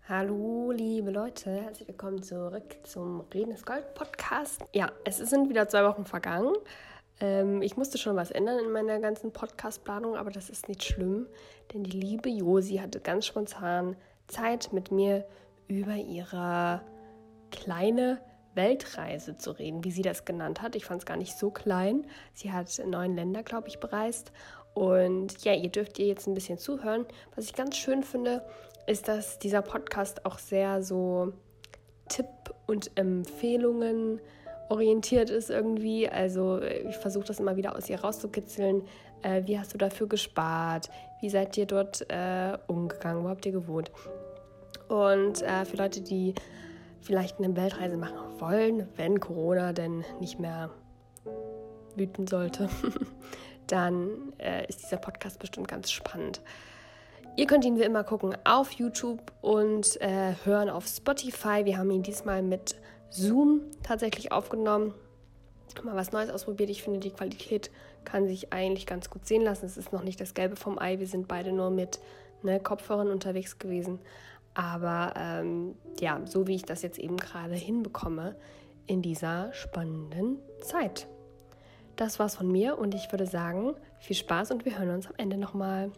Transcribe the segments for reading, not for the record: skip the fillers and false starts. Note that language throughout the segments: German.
Hallo, liebe Leute, herzlich willkommen zurück zum Reden ist Gold Podcast. Ja, sind wieder 2 Wochen vergangen. Ich musste schon was ändern in meiner ganzen Podcast-Planung, aber das ist nicht schlimm, denn die liebe Josi hatte ganz spontan Zeit, mit mir über ihre kleine Weltreise zu reden, wie sie das genannt hat. Ich fand es gar nicht so klein. Sie hat 9 Länder, glaube ich, bereist. Und ja, ihr dürft ihr jetzt ein bisschen zuhören. Was ich ganz schön finde, ist, dass dieser Podcast auch sehr so Tipp- und Empfehlungen orientiert ist irgendwie. Also ich versuche das immer wieder aus ihr rauszukitzeln. Wie hast du dafür gespart? Wie seid ihr dort umgegangen? Wo habt ihr gewohnt? Und für Leute, die vielleicht eine Weltreise machen wollen, wenn Corona denn nicht mehr wüten sollte, dann ist dieser Podcast bestimmt ganz spannend. Ihr könnt ihn wie immer gucken auf YouTube und hören auf Spotify. Wir haben ihn diesmal mit Zoom tatsächlich aufgenommen. Mal was Neues ausprobiert. Ich finde, die Qualität kann sich eigentlich ganz gut sehen lassen. Es ist noch nicht das Gelbe vom Ei. Wir sind beide nur mit Kopfhörern unterwegs gewesen. Aber ja, so wie ich das jetzt eben gerade hinbekomme in dieser spannenden Zeit. Das war's von mir und ich würde sagen, viel Spaß und wir hören uns am Ende nochmal.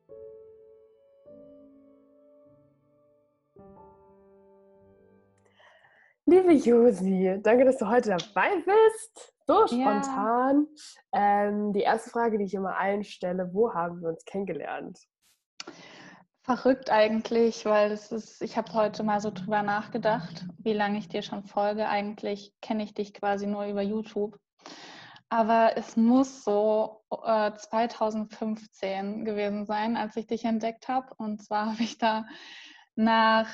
Liebe Josi, danke, dass du heute dabei bist. So spontan. Die erste Frage, die ich immer allen stelle, wo haben wir uns kennengelernt? Verrückt eigentlich, weil ich habe heute mal so drüber nachgedacht, wie lange ich dir schon folge. Eigentlich kenne ich dich quasi nur über YouTube. Aber es muss so 2015 gewesen sein, als ich dich entdeckt habe. Und zwar habe ich da nach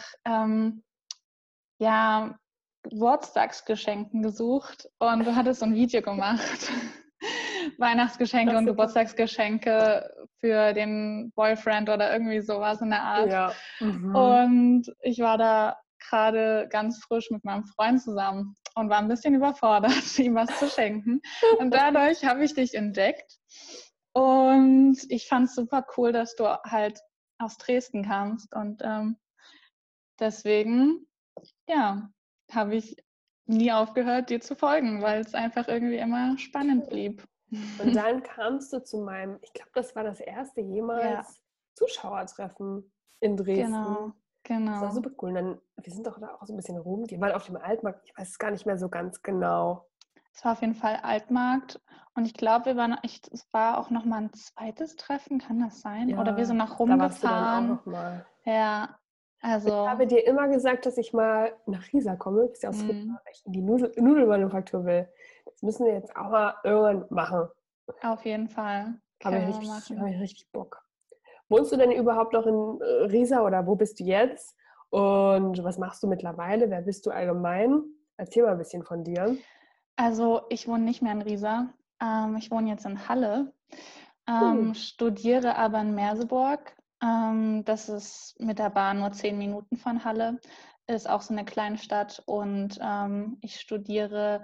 Geburtstagsgeschenken gesucht und du hattest so ein Video gemacht. Weihnachtsgeschenke und Geburtstagsgeschenke für den Boyfriend oder irgendwie sowas in der Art. Ja. Mhm. Und ich war da gerade ganz frisch mit meinem Freund zusammen und war ein bisschen überfordert, ihm was zu schenken. Und dadurch habe ich dich entdeckt. Und ich fand es super cool, dass du halt aus Dresden kamst. Und deswegen, ja, habe ich nie aufgehört, dir zu folgen, weil es einfach irgendwie immer spannend blieb. Und dann kamst du zu meinem, ich glaube, das war das erste jemals Zuschauertreffen in Dresden. Genau. Das war super cool. Und dann, wir sind doch da auch so ein bisschen rum. Die waren auf dem Altmarkt, ich weiß es gar nicht mehr so ganz genau. Es war auf jeden Fall Altmarkt und ich glaube, es war auch noch mal ein zweites Treffen, kann das sein? Ja, Oder wir sind noch da warst du dann auch rumgefahren. noch mal. Ja, Ich also. habe dir immer gesagt, dass ich mal nach Riesa komme. Du bist ja aus Riesa, weil ich in die Nudelmanufaktur will. Das müssen wir jetzt auch mal irgendwann machen. Auf jeden Fall. Habe Können ich wir richtig, machen. habe ich richtig Bock. Wohnst du denn überhaupt noch in Riesa oder wo bist du jetzt? Und was machst du mittlerweile? Wer bist du allgemein? Erzähl mal ein bisschen von dir. Also ich wohne nicht mehr in Riesa. Ich wohne jetzt in Halle, studiere aber in Merseburg. Das ist mit der Bahn nur 10 Minuten von Halle. Ist auch so eine Kleinstadt und ich studiere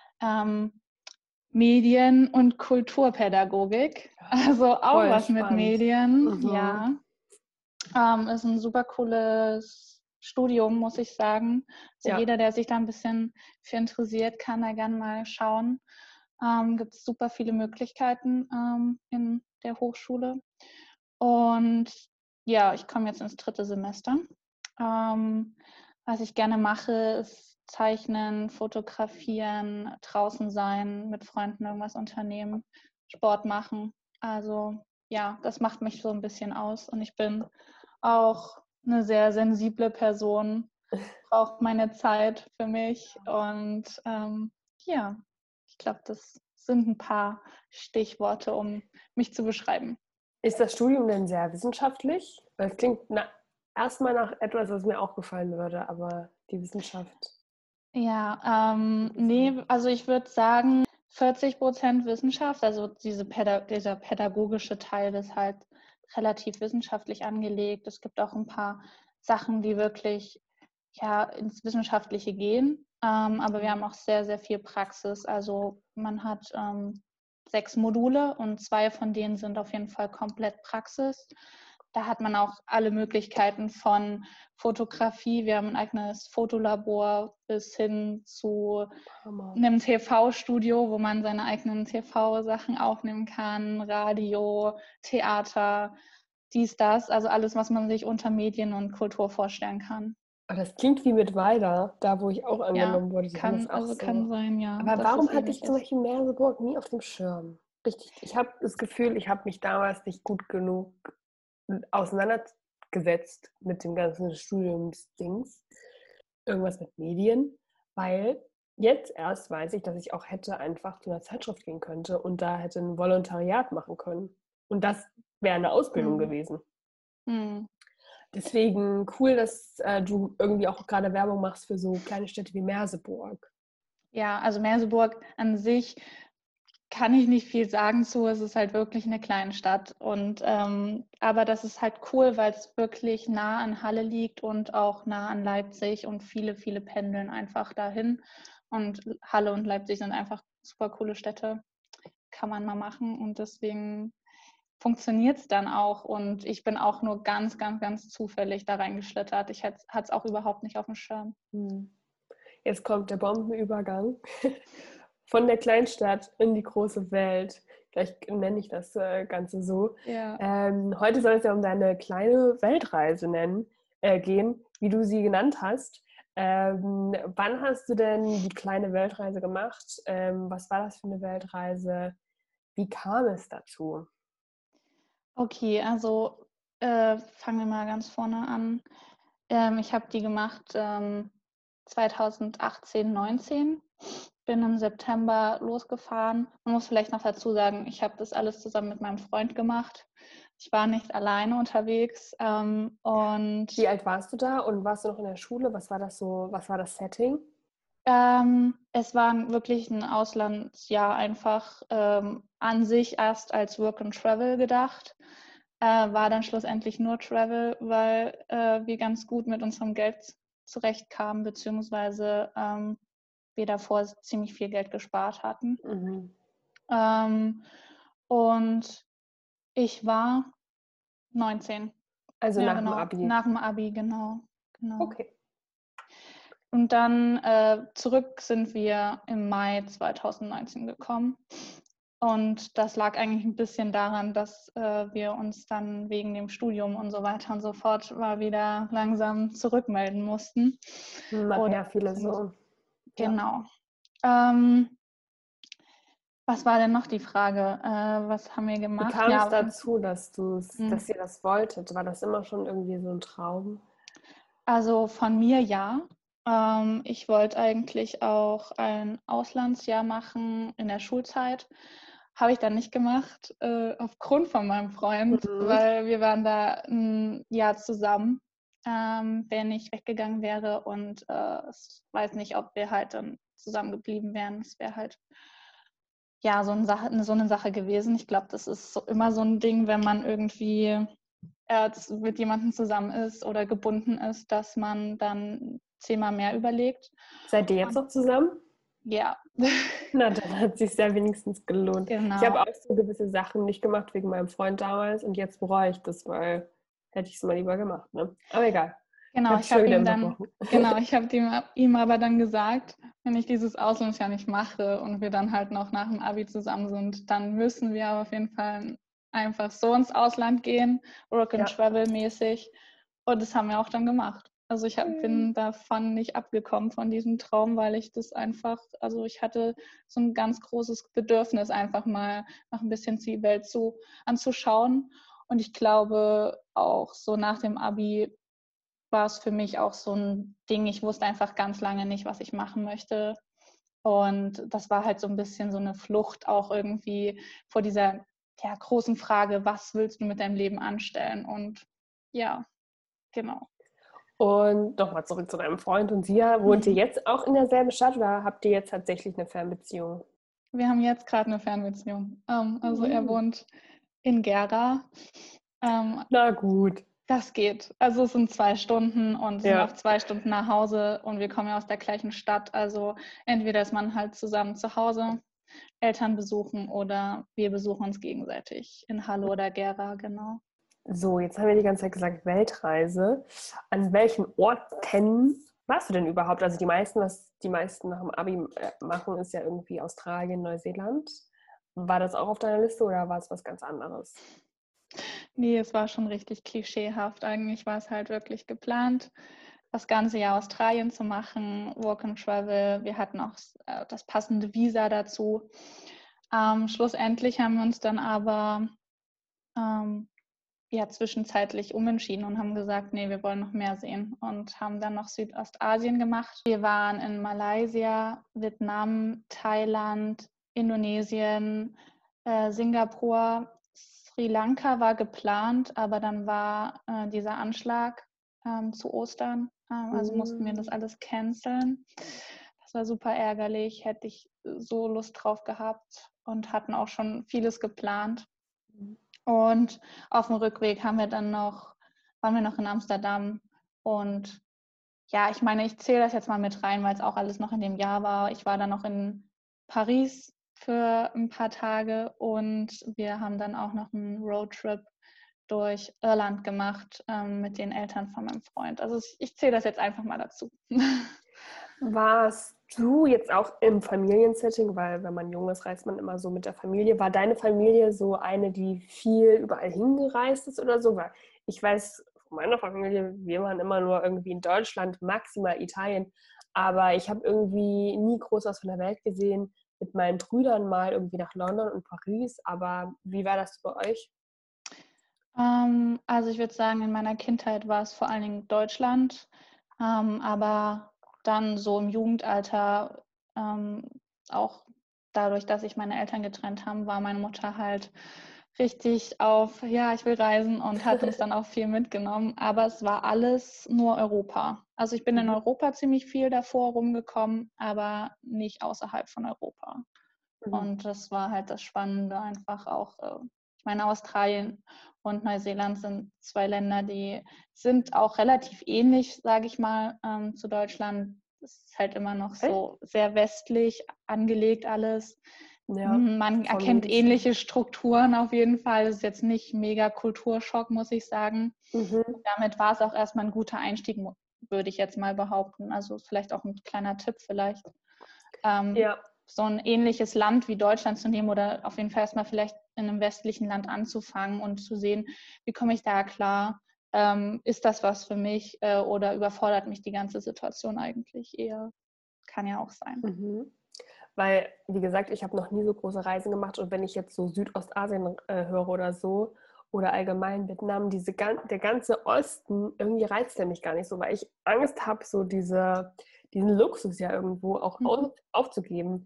Medien- und Kulturpädagogik. Also auch Voll was mit spannend. Medien, Mhm. ja. Ist ein super cooles Studium, muss ich sagen. Also jeder, der sich da ein bisschen für interessiert, kann da gerne mal schauen. Gibt es super viele Möglichkeiten in der Hochschule. Und ja, ich komme jetzt ins 3. Semester. Was ich gerne mache, ist zeichnen, fotografieren, draußen sein, mit Freunden irgendwas unternehmen, Sport machen. Also ja, das macht mich so ein bisschen aus. Und ich bin auch eine sehr sensible Person, braucht meine Zeit für mich. Und ja, ich glaube, das sind ein paar Stichworte, um mich zu beschreiben. Ist das Studium denn sehr wissenschaftlich? Weil es klingt erstmal nach etwas, was mir auch gefallen würde, aber die Wissenschaft. Ja, nee, also ich würde sagen, 40% Wissenschaft, also dieser pädagogische Teil ist halt relativ wissenschaftlich angelegt. Es gibt auch ein paar Sachen, die wirklich ins Wissenschaftliche gehen, aber wir haben auch sehr, sehr viel Praxis. Also man hat 6 Module und 2 von denen sind auf jeden Fall komplett Praxis. da hat man auch alle Möglichkeiten von Fotografie. Wir haben ein eigenes Fotolabor bis hin zu einem TV-Studio, wo man seine eigenen TV-Sachen aufnehmen kann, Radio, Theater, dies, das, also alles, was man sich unter Medien und Kultur vorstellen kann. Aber das klingt wie mit Weida, da wo ich auch angenommen wurde. Die haben Kann, das auch also so. kann sein, ja. Aber warum hatte ich zum Beispiel Merseburg nie auf dem Schirm? Richtig, ich habe das Gefühl, ich habe mich damals nicht gut genug auseinandergesetzt mit dem ganzen Studiumsdings. Irgendwas mit Medien, weil jetzt erst weiß ich, dass ich auch hätte einfach zu einer Zeitschrift gehen könnte und da hätte ein Volontariat machen können. Und das wäre eine Ausbildung gewesen. Deswegen cool, dass du irgendwie auch gerade Werbung machst für so kleine Städte wie Merseburg. Ja, also Merseburg an sich kann ich nicht viel sagen zu. Es ist halt wirklich eine kleine Stadt. Und aber das ist halt cool, weil es wirklich nah an Halle liegt und auch nah an Leipzig und viele, viele pendeln einfach dahin. Und Halle und Leipzig sind einfach super coole Städte. Kann man mal machen. Und deswegen funktioniert es dann auch. Und ich bin auch nur ganz, ganz, ganz zufällig da reingeschlittert. Ich hatte es auch überhaupt nicht auf dem Schirm. Jetzt kommt der Bombenübergang von der Kleinstadt in die große Welt. Vielleicht nenne ich das Ganze so. Ja. Heute soll es ja um deine kleine Weltreise gehen, wie du sie genannt hast. Wann hast du denn die kleine Weltreise gemacht? Was war das für eine Weltreise? Wie kam es dazu? Okay, also fangen wir mal ganz vorne an. Ich habe die gemacht 2018, 19. Bin im September losgefahren. Man muss vielleicht noch dazu sagen, ich habe das alles zusammen mit meinem Freund gemacht. Ich war nicht alleine unterwegs. Und wie alt warst du da und warst du noch in der Schule? Was war das so? Was war das Setting? Es war wirklich ein Auslandsjahr einfach an sich erst als Work and Travel gedacht. War dann schlussendlich nur Travel, weil wir ganz gut mit unserem Geld zurechtkamen, beziehungsweise wir davor ziemlich viel Geld gespart hatten. Und ich war 19. Also nach dem Abi? Nach dem Abi, genau. Okay. Und dann zurück sind wir im Mai 2019 gekommen. Und das lag eigentlich ein bisschen daran, dass wir uns dann wegen dem Studium und so weiter und so fort mal wieder langsam zurückmelden mussten. Machen ja viele so. Genau. Was war denn noch die Frage? Was haben wir gemacht? Wie kam es dazu, dass ihr das wolltet? War das immer schon irgendwie so ein Traum? Also von mir ja. Ich wollte eigentlich auch ein Auslandsjahr machen in der Schulzeit. Habe ich dann nicht gemacht, aufgrund von meinem Freund, weil wir waren da ein Jahr zusammen, wenn ich weggegangen wäre und ich weiß nicht, ob wir halt dann zusammen geblieben wären. Es wäre halt ja so eine Sache gewesen. Ich glaube, das ist immer so ein Ding, wenn man irgendwie mit jemandem zusammen ist oder gebunden ist, dass man dann 10-mal mehr überlegt. Seid ihr jetzt noch zusammen? Ja. Na, dann hat es sich ja wenigstens gelohnt. Genau. Ich habe auch so gewisse Sachen nicht gemacht wegen meinem Freund damals und jetzt bereue ich das, weil hätte ich es mal lieber gemacht. Ne? Aber egal. Genau, ich habe ihm aber dann gesagt, wenn ich dieses Auslandsjahr nicht mache und wir dann halt noch nach dem Abi zusammen sind, dann müssen wir aber auf jeden Fall einfach so ins Ausland gehen, Work and Travel mäßig. Und das haben wir auch dann gemacht. Also ich bin davon nicht abgekommen von diesem Traum, weil ich das einfach, also ich hatte so ein ganz großes Bedürfnis, einfach mal noch ein bisschen die Welt anzuschauen. Und ich glaube auch so nach dem Abi war es für mich auch so ein Ding, ich wusste einfach ganz lange nicht, was ich machen möchte. Und das war halt so ein bisschen so eine Flucht auch irgendwie vor dieser großen Frage, was willst du mit deinem Leben anstellen? Und ja, genau. Und nochmal zurück zu deinem Freund und Sia. Wohnt ihr jetzt auch in derselben Stadt oder habt ihr jetzt tatsächlich eine Fernbeziehung? Wir haben jetzt gerade eine Fernbeziehung. Also er wohnt in Gera. Na gut. Das geht. Also es sind 2 Stunden und es sind auch 2 Stunden nach Hause und wir kommen ja aus der gleichen Stadt. Also entweder ist man halt zusammen zu Hause, Eltern besuchen oder wir besuchen uns gegenseitig in Halle oder Gera, genau. So, jetzt haben wir die ganze Zeit gesagt Weltreise. An welchen Orten warst du denn überhaupt? Also was die meisten nach dem Abi machen, ist ja irgendwie Australien, Neuseeland. War das auch auf deiner Liste oder war es was ganz anderes? Nee, es war schon richtig klischeehaft. Eigentlich war es halt wirklich geplant, das ganze Jahr Australien zu machen, Work and Travel. Wir hatten auch das passende Visa dazu. Schlussendlich haben wir uns dann aber ja, zwischenzeitlich umentschieden und haben gesagt, nee, wir wollen noch mehr sehen und haben dann noch Südostasien gemacht. Wir waren in Malaysia, Vietnam, Thailand, Indonesien, Singapur, Sri Lanka war geplant, aber dann war dieser Anschlag zu Ostern, also mussten wir das alles canceln. Das war super ärgerlich, hätte ich so Lust drauf gehabt und hatten auch schon vieles geplant. Und auf dem Rückweg waren wir noch in Amsterdam. Und ja, ich meine, ich zähle das jetzt mal mit rein, weil es auch alles noch in dem Jahr war. Ich war dann noch in Paris für ein paar Tage und wir haben dann auch noch einen Roadtrip durch Irland gemacht mit den Eltern von meinem Freund. Also ich zähle das jetzt einfach mal dazu. Warst du jetzt auch im Familiensetting, weil wenn man jung ist, reist man immer so mit der Familie. War deine Familie so eine, die viel überall hingereist ist oder so? Weil ich weiß von meiner Familie, wir waren immer nur irgendwie in Deutschland, maximal Italien. Aber ich habe irgendwie nie groß was von der Welt gesehen. Mit meinen Brüdern mal irgendwie nach London und Paris. Aber wie war das bei euch? Also ich würde sagen, in meiner Kindheit war es vor allen Dingen Deutschland, aber dann so im Jugendalter, auch dadurch, dass sich meine Eltern getrennt haben, war meine Mutter halt richtig auf, ja, ich will reisen und hat uns dann auch viel mitgenommen. Aber es war alles nur Europa. Also ich bin in Mhm. Europa ziemlich viel davor rumgekommen, aber nicht außerhalb von Europa. Mhm. Und das war halt das Spannende einfach auch. Ich meine, Australien und Neuseeland sind zwei Länder, die sind auch relativ ähnlich, sage ich mal, zu Deutschland. Es ist halt immer noch Echt? so sehr westlich angelegt alles. Ja, Man vom erkennt Lebensstil. ähnliche Strukturen auf jeden Fall. Es ist jetzt nicht mega Kulturschock, muss ich sagen. Mhm. Damit war es auch erstmal ein guter Einstieg, würde ich jetzt mal behaupten. Also vielleicht auch ein kleiner Tipp vielleicht. Ähm, Ja. so ein ähnliches Land wie Deutschland zu nehmen oder auf jeden Fall erstmal vielleicht in einem westlichen Land anzufangen und zu sehen, wie komme ich da klar? Ist das was für mich oder überfordert mich die ganze Situation eigentlich eher? Kann ja auch sein. Mhm. Weil, wie gesagt, ich habe noch nie so große Reisen gemacht und wenn ich jetzt so Südostasien höre oder so oder allgemein Vietnam, der ganze Osten, irgendwie reizt der mich gar nicht so, weil ich Angst habe, so diesen Luxus ja irgendwo auch Mhm. aufzugeben.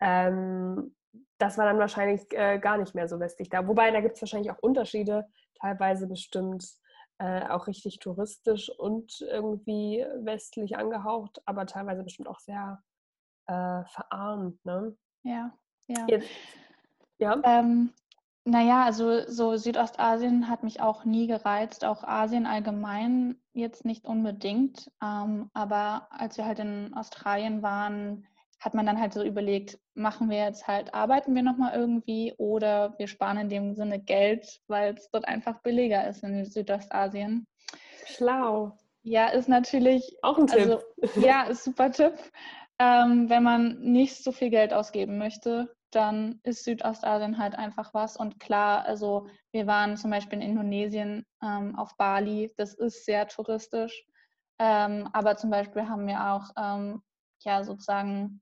Das war dann wahrscheinlich gar nicht mehr so westlich da. Wobei, da gibt es wahrscheinlich auch Unterschiede, teilweise bestimmt auch richtig touristisch und irgendwie westlich angehaucht, aber teilweise bestimmt auch sehr verarmt, ne? Ja, ja. Jetzt, ja. Ähm, naja, also so Südostasien hat mich auch nie gereizt, auch Asien allgemein jetzt nicht unbedingt. Aber als wir halt in Australien waren, hat man dann halt so überlegt, machen wir jetzt halt, arbeiten wir nochmal irgendwie oder wir sparen in dem Sinne Geld, weil es dort einfach billiger ist in Südostasien. Schlau. Ja, ist natürlich, Auch ein Tipp. also ja, ist super Tipp. Wenn man nicht so viel Geld ausgeben möchte, dann ist Südostasien halt einfach was. Und klar, also wir waren zum Beispiel in Indonesien auf Bali, das ist sehr touristisch. Aber zum Beispiel haben wir auch ja sozusagen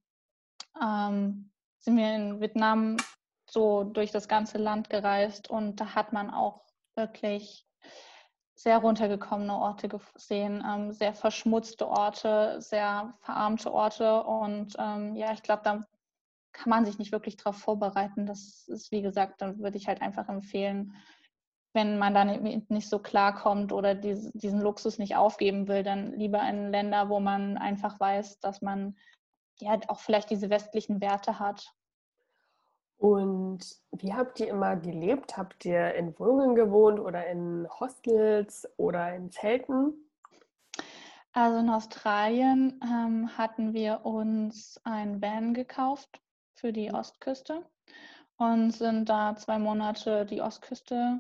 sind wir in Vietnam so durch das ganze Land gereist und da hat man auch wirklich sehr runtergekommene Orte gesehen, sehr verschmutzte Orte, sehr verarmte Orte und ja, ich glaube, da kann man sich nicht wirklich darauf vorbereiten. Das ist, wie gesagt, dann würde ich halt einfach empfehlen, wenn man da nicht so klarkommt oder diesen Luxus nicht aufgeben will, dann lieber in Länder, wo man einfach weiß, dass man ja auch vielleicht diese westlichen Werte hat. Und wie habt ihr immer gelebt? Habt ihr in Wohnungen gewohnt oder in Hostels oder in Zelten? Also in Australien hatten wir uns ein Van gekauft für die Ostküste und sind da 2 Monate die Ostküste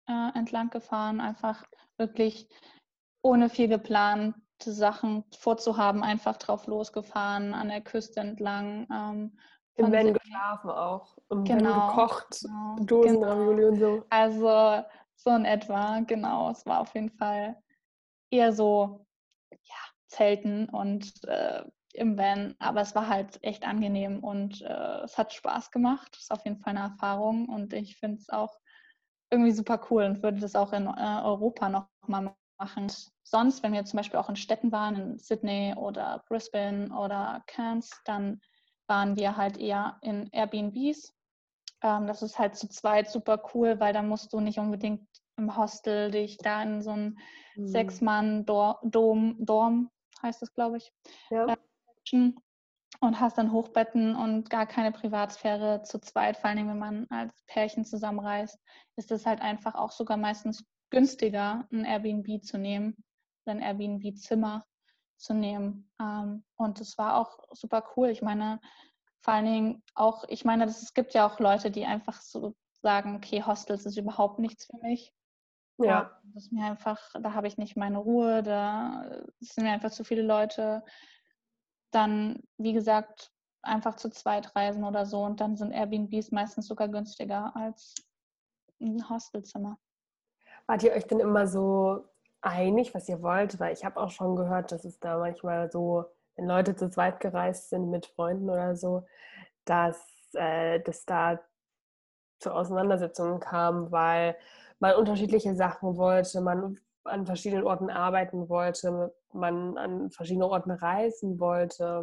entlang gefahren, einfach wirklich ohne viel geplante Sachen vorzuhaben, einfach drauf losgefahren, an der Küste entlang. Im Von Van Sydney. geschlafen auch. Im Van Genau, gekocht. genau. Dosenravioli und so. Also so in etwa, genau. Es war auf jeden Fall eher so, ja, Zelten und im Van, aber es war halt echt angenehm und es hat Spaß gemacht. Es ist auf jeden Fall eine Erfahrung und ich finde es auch irgendwie super cool und würde das auch in Europa noch mal machen. Sonst, wenn wir zum Beispiel auch in Städten waren, in Sydney oder Brisbane oder Cairns, dann waren wir halt eher in Airbnbs. Das ist halt zu zweit super cool, weil da musst du nicht unbedingt im Hostel dich da in so einen 6-Mann-Dorm, heißt das, glaube ich, Ja. und hast dann Hochbetten und gar keine Privatsphäre zu zweit. Vor allem, wenn man als Pärchen zusammenreist, ist es halt einfach auch sogar meistens günstiger, ein Airbnb zu nehmen oder ein Airbnb-Zimmer zu nehmen. Und das war auch super cool. Ich meine, vor allen Dingen auch, ich meine, es gibt ja auch Leute, die einfach so sagen, okay, Hostels ist überhaupt nichts für mich. Ja. Das ist mir einfach, da habe ich nicht meine Ruhe, da sind mir einfach zu viele Leute. Dann, wie gesagt, einfach zu zweit reisen oder so und dann sind Airbnbs meistens sogar günstiger als ein Hostelzimmer. Wart ihr euch denn immer so einig, was ihr wollt? Weil ich habe auch schon gehört, dass es da manchmal so, wenn Leute zu zweit gereist sind mit Freunden oder so, dass das da zu Auseinandersetzungen kam, weil man unterschiedliche Sachen wollte, man an verschiedenen Orten arbeiten wollte, man an verschiedene Orten reisen wollte.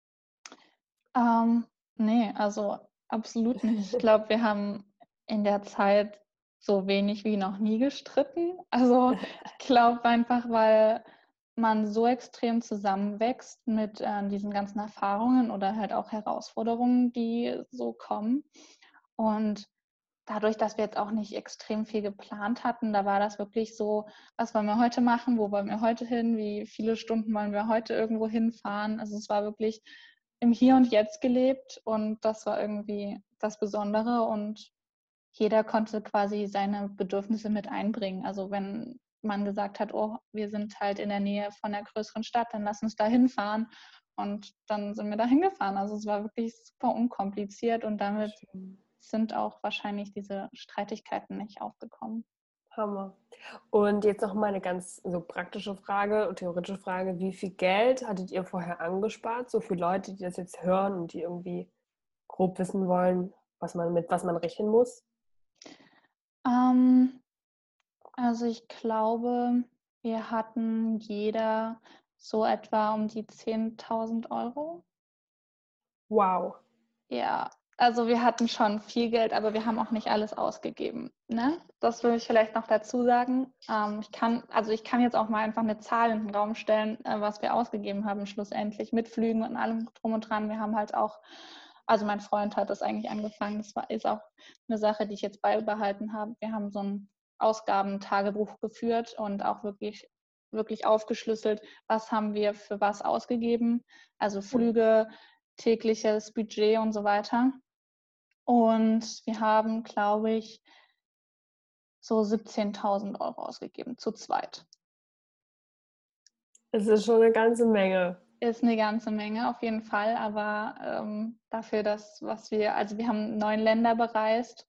Nee, also absolut nicht. Ich glaube, wir haben in der Zeit so wenig wie noch nie gestritten. Also ich glaube einfach, weil man so extrem zusammenwächst mit diesen ganzen Erfahrungen oder halt auch Herausforderungen, die so kommen. Und dadurch, dass wir jetzt auch nicht extrem viel geplant hatten, da war das wirklich so, was wollen wir heute machen, wo wollen wir heute hin, wie viele Stunden wollen wir heute irgendwo hinfahren. Also es war wirklich im Hier und Jetzt gelebt und das war irgendwie das Besondere und jeder konnte quasi seine Bedürfnisse mit einbringen. Also wenn man gesagt hat, oh, wir sind halt in der Nähe von einer größeren Stadt, dann lass uns da hinfahren. Und dann sind wir da hingefahren. Also es war wirklich super unkompliziert und damit sind auch wahrscheinlich diese Streitigkeiten nicht aufgekommen. Hammer. Und jetzt noch mal eine ganz so praktische Frage und theoretische Frage. Wie viel Geld hattet ihr vorher angespart? So für Leute, die das jetzt hören und die irgendwie grob wissen wollen, mit was man rechnen muss? Ähm, also ich glaube, wir hatten jeder so etwa um die 10.000 Euro. Wow. Ja, also wir hatten schon viel Geld, aber wir haben auch nicht alles ausgegeben. Ne? Das will ich vielleicht noch dazu sagen. Ich kann jetzt auch mal einfach eine Zahl in den Raum stellen, was wir ausgegeben haben, schlussendlich mit Flügen und allem drum und dran. Wir haben halt auch, also mein Freund hat das eigentlich angefangen, ist auch eine Sache, die ich jetzt beibehalten habe. Wir haben so ein Ausgabentagebuch geführt und auch wirklich aufgeschlüsselt, was haben wir für was ausgegeben. Also Flüge, tägliches Budget und so weiter. Und wir haben, glaube ich, so 17.000 Euro ausgegeben, zu zweit. Es ist schon eine ganze Menge. Ist eine ganze Menge auf jeden Fall, aber dafür, also wir haben 9 Länder bereist.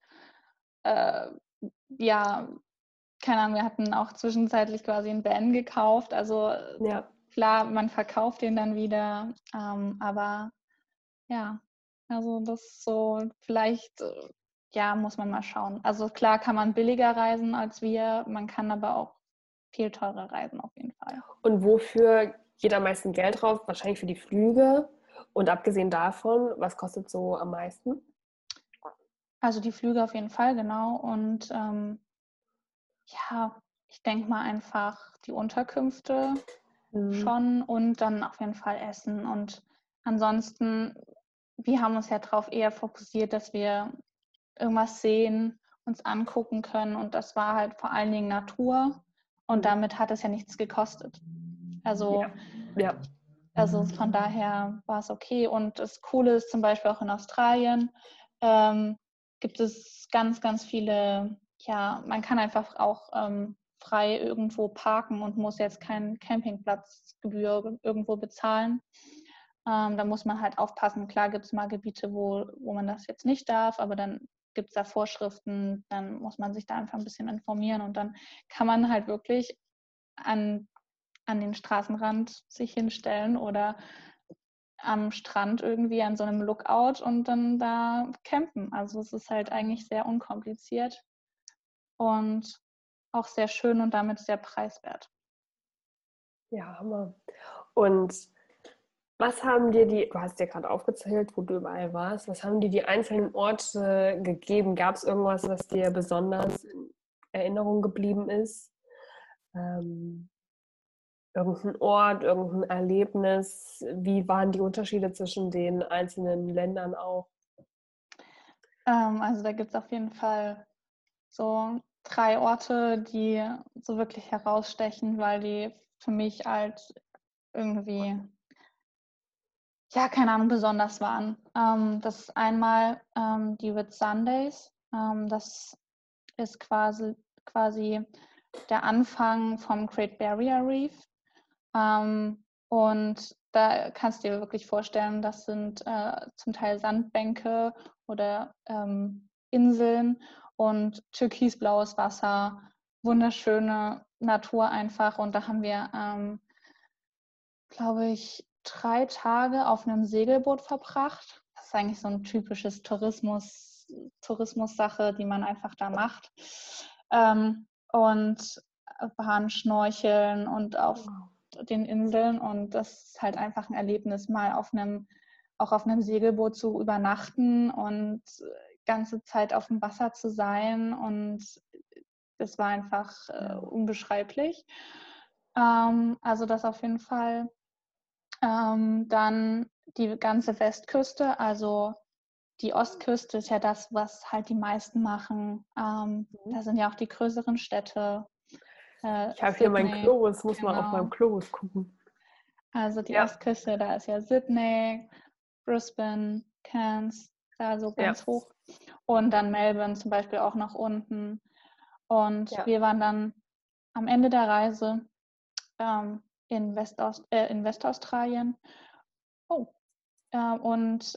Ja, keine Ahnung, wir hatten auch zwischenzeitlich quasi einen Van gekauft. Also Ja. klar, man verkauft den dann wieder, aber ja, also das ist so vielleicht, ja, muss man mal schauen. Also klar kann man billiger reisen als wir, man kann aber auch viel teurer reisen auf jeden Fall. Und wofür geht am meisten Geld drauf? Wahrscheinlich für die Flüge. Und abgesehen davon, was kostet so am meisten? Also die Flüge auf jeden Fall, genau. Und ja, ich denke mal einfach die Unterkünfte Mhm. schon und dann auf jeden Fall Essen. Und ansonsten, wir haben uns ja darauf eher fokussiert, dass wir irgendwas sehen, uns angucken können. Und das war halt vor allen Dingen Natur. Und damit hat es ja nichts gekostet. Ja. Also, Ja. also von daher war es okay. Und das Coole ist zum Beispiel auch in Australien, ähm, gibt es ganz, ganz viele ja, man kann einfach auch frei irgendwo parken und muss jetzt keinen Campingplatzgebühr irgendwo bezahlen. Da muss man halt aufpassen. Klar gibt es mal Gebiete, wo man das jetzt nicht darf, aber dann gibt es da Vorschriften, dann muss man sich da einfach ein bisschen informieren und dann kann man halt wirklich an den Straßenrand sich hinstellen oder am Strand irgendwie an so einem Lookout und dann da campen. Also es ist halt eigentlich sehr unkompliziert und auch sehr schön und damit sehr preiswert. Ja, Hammer. Und was haben dir du hast ja gerade aufgezählt, wo du überall warst, was haben dir die einzelnen Orte gegeben? Gab es irgendwas, was dir besonders in Erinnerung geblieben ist? Irgendein Ort, irgendein Erlebnis? Wie waren die Unterschiede zwischen den einzelnen Ländern auch? Also da gibt es auf jeden Fall so 3 Orte, die so wirklich herausstechen, weil die für mich als irgendwie, ja, keine Ahnung, besonders waren. Das ist einmal die Whitsundays. Das ist quasi der Anfang vom Great Barrier Reef. Und da kannst du dir wirklich vorstellen, das sind zum Teil Sandbänke oder Inseln und türkisblaues Wasser, wunderschöne Natur einfach. Und da haben wir, glaube ich, 3 Tage auf einem Segelboot verbracht. Das ist eigentlich so ein typisches Tourismus-Sache, die man einfach da macht. Und waren schnorcheln und auf den Inseln und das ist halt einfach ein Erlebnis, mal auch auf einem Segelboot zu übernachten und ganze Zeit auf dem Wasser zu sein und das war einfach unbeschreiblich. Also das auf jeden Fall. Dann die ganze Westküste, also die Ostküste ist ja das, was halt die meisten machen. Da sind ja auch die größeren Städte. Ich habe hier mein Sydney, Globus, muss mal auf meinem genau. Globus gucken. Also die Ja, Ostküste, da ist ja Sydney, Brisbane, Cairns, da so ja, ganz hoch. Und dann Melbourne zum Beispiel auch nach unten. Und ja. wir waren dann am Ende der Reise in Westaustralien. Oh, und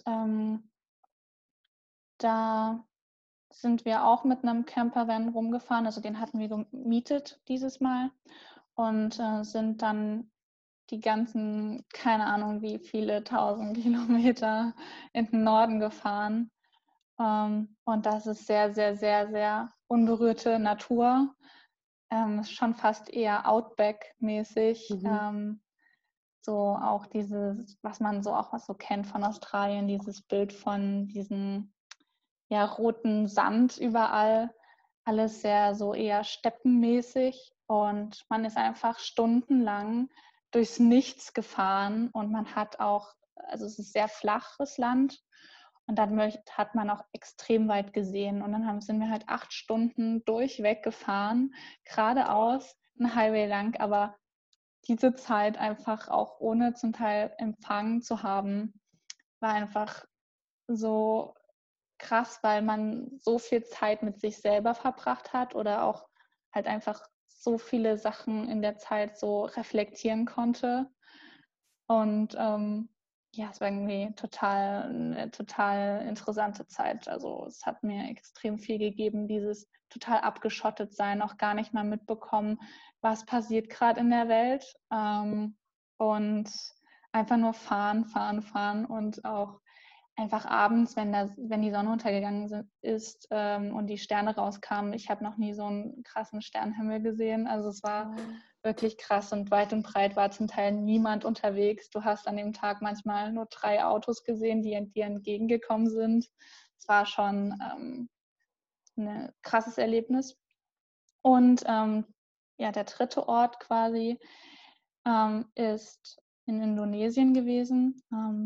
da sind wir auch mit einem Campervan rumgefahren. Also den hatten wir gemietet dieses Mal und sind dann die ganzen, keine Ahnung wie viele 1000 Kilometer in den Norden gefahren. Und das ist sehr, sehr, sehr, sehr unberührte Natur. Ist schon fast eher Outback-mäßig. Mhm. So auch dieses, was man so auch was so kennt von Australien, dieses Bild von diesem ja, roten Sand überall. Alles sehr so eher steppenmäßig und man ist einfach stundenlang durchs Nichts gefahren und man hat auch, also es ist sehr flaches Land und dann hat man auch extrem weit gesehen und dann sind wir halt 8 Stunden durchweg gefahren, geradeaus, einen Highway lang, aber diese Zeit einfach auch ohne zum Teil Empfang zu haben, war einfach so krass, weil man so viel Zeit mit sich selber verbracht hat oder auch halt einfach so viele Sachen in der Zeit so reflektieren konnte. Und ja, es war irgendwie eine total interessante Zeit. Also es hat mir extrem viel gegeben, dieses total abgeschottet sein, auch gar nicht mal mitbekommen, was passiert gerade in der Welt. Und einfach nur fahren, fahren, fahren und auch einfach abends, wenn die Sonne untergegangen ist und die Sterne rauskamen. Ich habe noch nie so einen krassen Sternenhimmel gesehen. Also es war wirklich krass und weit und breit war zum Teil niemand unterwegs. Du hast an dem Tag manchmal nur 3 Autos gesehen, die dir entgegengekommen sind. Es war schon ein krasses Erlebnis. Und ja, der dritte Ort quasi ist in Indonesien gewesen.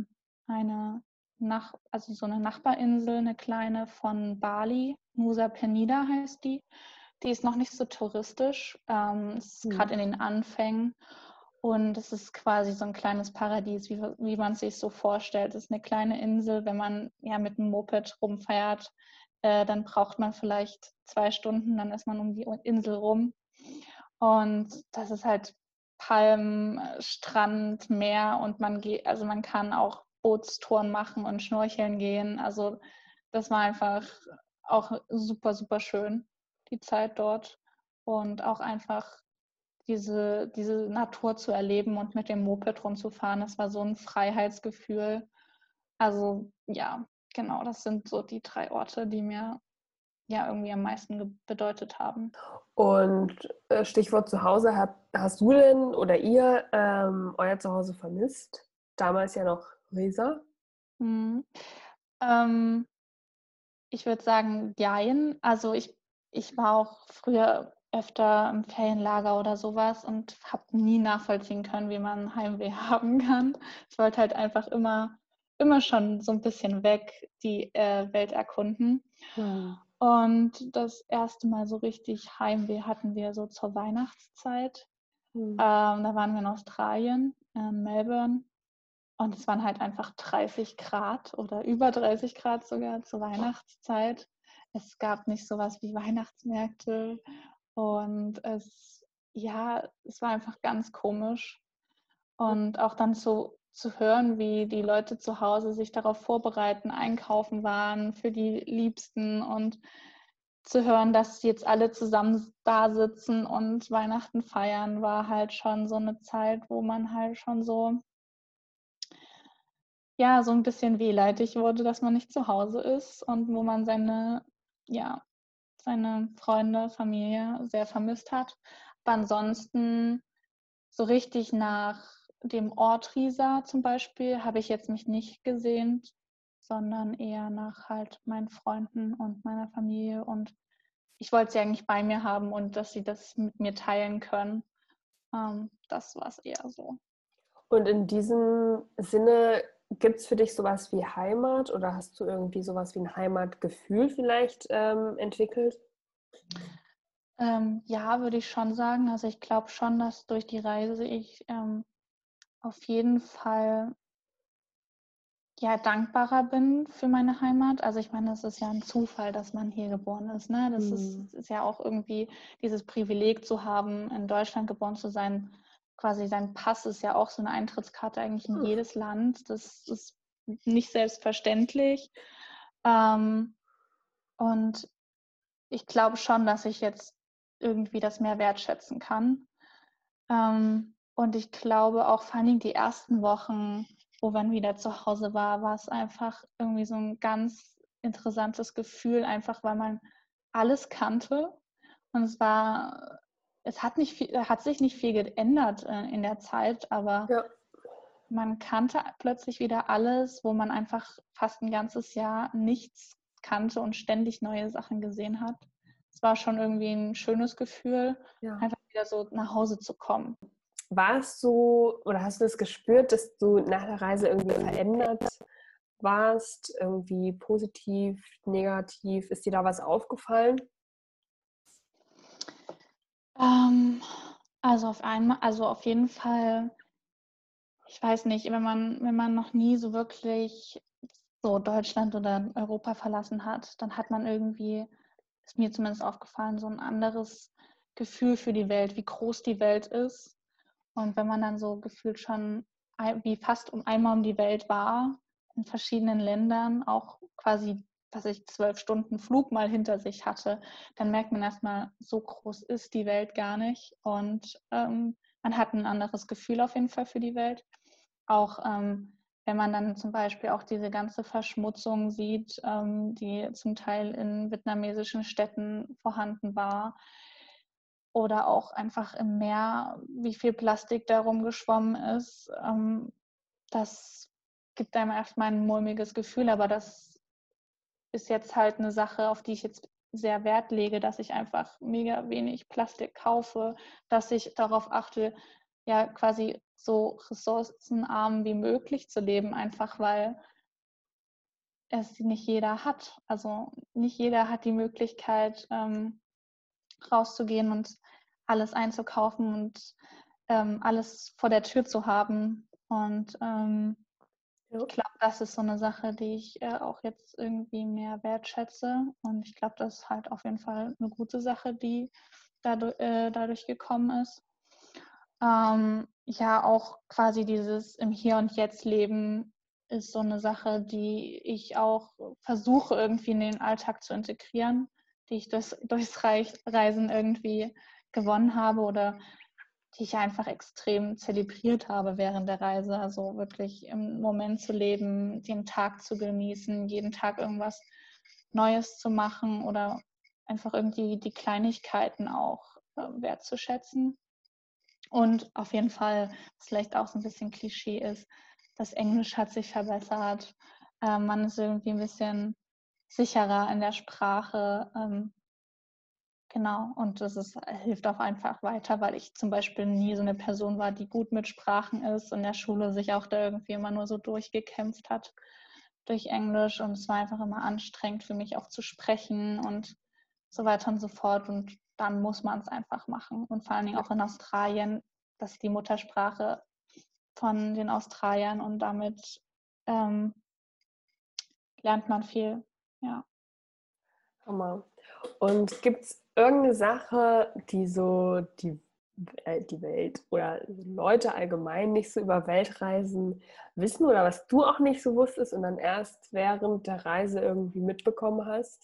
Also so eine Nachbarinsel, eine kleine von Bali, Nusa Penida heißt die. Die ist noch nicht so touristisch, ist gerade in den Anfängen und es ist quasi so ein kleines Paradies, wie man es sich so vorstellt. Es ist eine kleine Insel, wenn man ja mit dem Moped rumfährt, dann braucht man vielleicht 2 Stunden, dann ist man um die Insel rum. Und das ist halt Palmen, Strand, Meer und man kann auch Bootstouren machen und schnorcheln gehen. Also das war einfach auch super, super schön, die Zeit dort. Und auch einfach diese Natur zu erleben und mit dem Moped rumzufahren, das war so ein Freiheitsgefühl. Also ja, genau, das sind so die 3 Orte, die mir ja irgendwie am meisten bedeutet haben. Und Stichwort Zuhause, hast du denn oder ihr euer Zuhause vermisst? Damals ja noch Riesa. Mhm. Ähm, Ich würde sagen, jein. Also ich war auch früher öfter im Ferienlager oder sowas und habe nie nachvollziehen können, wie man Heimweh haben kann. Ich wollte halt einfach immer schon so ein bisschen weg, die Welt erkunden. Hm. Und das erste Mal so richtig Heimweh hatten wir so zur Weihnachtszeit. Hm. Da waren wir in Australien, Melbourne. Und es waren halt einfach 30 Grad oder über 30 Grad sogar zur Weihnachtszeit. Es gab nicht so was wie Weihnachtsmärkte und es war einfach ganz komisch. Und auch dann zu hören, wie die Leute zu Hause sich darauf vorbereiten, einkaufen waren für die Liebsten und zu hören, dass jetzt alle zusammen da sitzen und Weihnachten feiern, war halt schon so eine Zeit, wo man halt schon so ja, so ein bisschen wehleidig wurde, dass man nicht zu Hause ist und wo man ja, seine Freunde, Familie sehr vermisst hat. Aber ansonsten so richtig nach dem Ort Riesa zum Beispiel habe ich jetzt mich nicht gesehnt, sondern eher nach halt meinen Freunden und meiner Familie. Und ich wollte sie eigentlich bei mir haben und dass sie das mit mir teilen können. Das war es eher so. Und in diesem Sinne, gibt es für dich sowas wie Heimat oder hast du irgendwie sowas wie ein Heimatgefühl vielleicht entwickelt? Ja, würde ich schon sagen. Also ich glaube schon, dass durch die Reise ich auf jeden Fall ja dankbarer bin für meine Heimat. Also ich meine, es ist ja ein Zufall, dass man hier geboren ist. Ne? Hm. Ist ja auch irgendwie dieses Privileg zu haben, in Deutschland geboren zu sein. Quasi sein Pass ist ja auch so eine Eintrittskarte eigentlich in jedes Land. Das ist nicht selbstverständlich. Ähm, und ich glaube schon, dass ich jetzt irgendwie das mehr wertschätzen kann. Und ich glaube auch vor allen Dingen die ersten Wochen, wo man wieder zu Hause war es einfach irgendwie so ein ganz interessantes Gefühl, einfach weil man alles kannte. Und hat sich nicht viel geändert in der Zeit, aber Ja. man kannte plötzlich wieder alles, wo man einfach fast ein ganzes Jahr nichts kannte und ständig neue Sachen gesehen hat. Es war schon irgendwie ein schönes Gefühl, Ja. einfach wieder so nach Hause zu kommen. Warst du oder hast du das gespürt, dass du nach der Reise irgendwie verändert warst? Irgendwie positiv, negativ? Ist dir da was aufgefallen? Ähm, also auf jeden Fall, ich weiß nicht, wenn man noch nie so wirklich so Deutschland oder Europa verlassen hat, dann hat man irgendwie, ist mir zumindest aufgefallen, so ein anderes Gefühl für die Welt, wie groß die Welt ist. Und wenn man dann so gefühlt schon wie fast einmal um die Welt war, in verschiedenen Ländern, auch quasi, was ich 12 Stunden Flug mal hinter sich hatte, dann merkt man erstmal, so groß ist die Welt gar nicht. Und man hat ein anderes Gefühl auf jeden Fall für die Welt. Auch wenn man dann zum Beispiel auch diese ganze Verschmutzung sieht, die zum Teil in vietnamesischen Städten vorhanden war, oder auch einfach im Meer, wie viel Plastik da rumgeschwommen ist. Das gibt einem erstmal ein mulmiges Gefühl, aber das ist jetzt halt eine Sache, auf die ich jetzt sehr Wert lege, dass ich einfach mega wenig Plastik kaufe, dass ich darauf achte, ja quasi so ressourcenarm wie möglich zu leben, einfach weil es nicht jeder hat. Also nicht jeder hat die Möglichkeit, rauszugehen und alles einzukaufen und alles vor der Tür zu haben. Und Ja. Ich glaube, das ist so eine Sache, die ich auch jetzt irgendwie mehr wertschätze. Und ich glaube, das ist halt auf jeden Fall eine gute Sache, die dadurch gekommen ist. Ja, auch quasi dieses im Hier und Jetzt leben ist so eine Sache, die ich auch versuche irgendwie in den Alltag zu integrieren, die ich durchs Reisen irgendwie gewonnen habe oder die ich einfach extrem zelebriert habe während der Reise. Also wirklich im Moment zu leben, den Tag zu genießen, jeden Tag irgendwas Neues zu machen oder einfach irgendwie die Kleinigkeiten auch wertzuschätzen. Und auf jeden Fall, was vielleicht auch so ein bisschen Klischee ist, das Englisch hat sich verbessert. Man ist irgendwie ein bisschen sicherer in der Sprache. Genau, und hilft auch einfach weiter, weil ich zum Beispiel nie so eine Person war, die gut mit Sprachen ist und in der Schule sich auch da irgendwie immer nur so durchgekämpft hat durch Englisch. Und es war einfach immer anstrengend für mich auch zu sprechen und so weiter und so fort. Und dann muss man es einfach machen. Und vor allen Dingen auch in Australien, das ist die Muttersprache von den Australiern und damit ähm, lernt man viel. Ja. Hammer. Und gibt es irgendeine Sache, die so die Welt oder Leute allgemein nicht so über Weltreisen wissen oder was du auch nicht so wusstest und dann erst während der Reise irgendwie mitbekommen hast?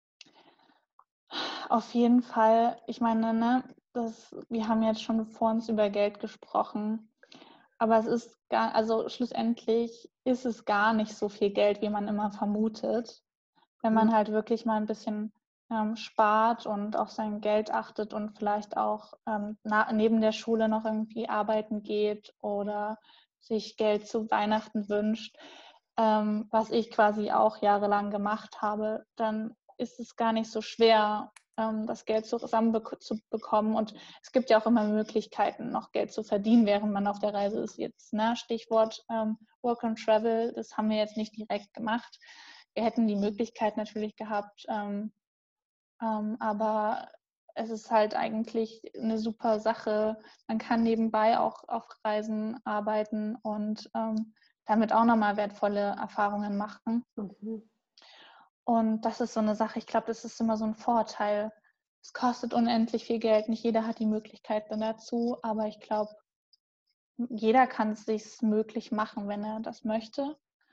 Auf jeden Fall. Ich meine, ne, wir haben jetzt schon vor uns über Geld gesprochen, aber also schlussendlich ist es gar nicht so viel Geld, wie man immer vermutet, wenn Mhm. man halt wirklich mal ein bisschen spart und auf sein Geld achtet und vielleicht auch neben der Schule noch irgendwie arbeiten geht oder sich Geld zu Weihnachten wünscht, was ich quasi auch jahrelang gemacht habe, dann ist es gar nicht so schwer, das Geld zusammen zu bekommen. Und es gibt ja auch immer Möglichkeiten, noch Geld zu verdienen, während man auf der Reise ist. Jetzt, ne? Stichwort Work and Travel, das haben wir jetzt nicht direkt gemacht. Wir hätten die Möglichkeit natürlich gehabt, aber es ist halt eigentlich eine super Sache. Man kann nebenbei auch auf Reisen arbeiten und damit auch nochmal wertvolle Erfahrungen machen. Mhm. Und das ist so eine Sache, ich glaube, das ist immer so ein Vorteil. Es kostet unendlich viel Geld, nicht jeder hat die Möglichkeit dann dazu, aber ich glaube, jeder kann es sich möglich machen, wenn er das möchte.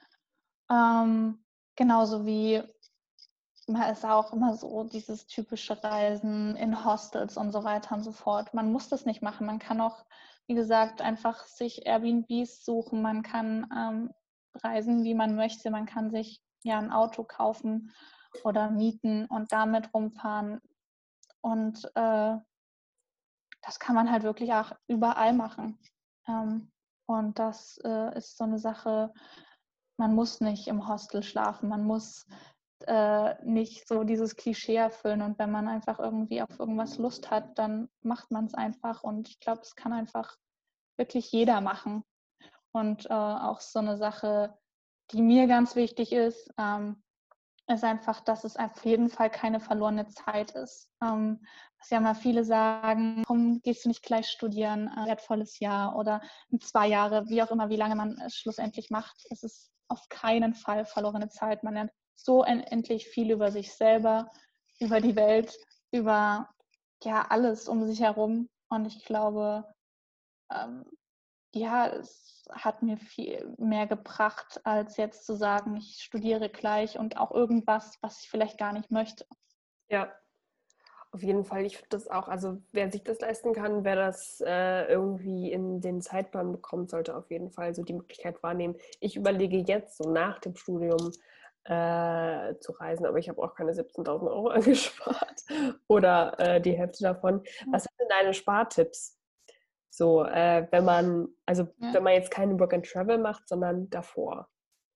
Genauso wie man ist auch immer so dieses typische Reisen in Hostels und so weiter und so fort. Man muss das nicht machen. Man kann auch, wie gesagt, einfach sich Airbnbs suchen. Man kann reisen, wie man möchte. Man kann sich ja ein Auto kaufen oder mieten und damit rumfahren. Und das kann man halt wirklich auch überall machen. Und das ist so eine Sache, man muss nicht im Hostel schlafen, man muss nicht so dieses Klischee erfüllen. Und wenn man einfach irgendwie auf irgendwas Lust hat, dann macht man es einfach. Und ich glaube, es kann einfach wirklich jeder machen. Und auch so eine Sache, die mir ganz wichtig ist einfach, dass es auf jeden Fall keine verlorene Zeit ist. Was ja mal viele sagen, warum gehst du nicht gleich studieren, ein wertvolles Jahr oder 2 Jahre, wie auch immer, wie lange man es schlussendlich macht. Es ist auf keinen Fall verlorene Zeit. Man lernt so endlich viel über sich selber, über die Welt, über ja alles um sich herum. Und ich glaube, ähm, ja, es hat mir viel mehr gebracht, als jetzt zu sagen, ich studiere gleich und auch irgendwas, was ich vielleicht gar nicht möchte. Ja, auf jeden Fall. Ich finde das auch, also wer sich das leisten kann, wer das irgendwie in den Zeitplan bekommt, sollte auf jeden Fall so die Möglichkeit wahrnehmen. Ich überlege jetzt so nach dem Studium zu reisen, aber ich habe auch keine 17.000 Euro angespart oder die Hälfte davon. Was sind denn deine Spartipps? So, Ja. wenn man jetzt keinen Work and Travel macht, sondern davor.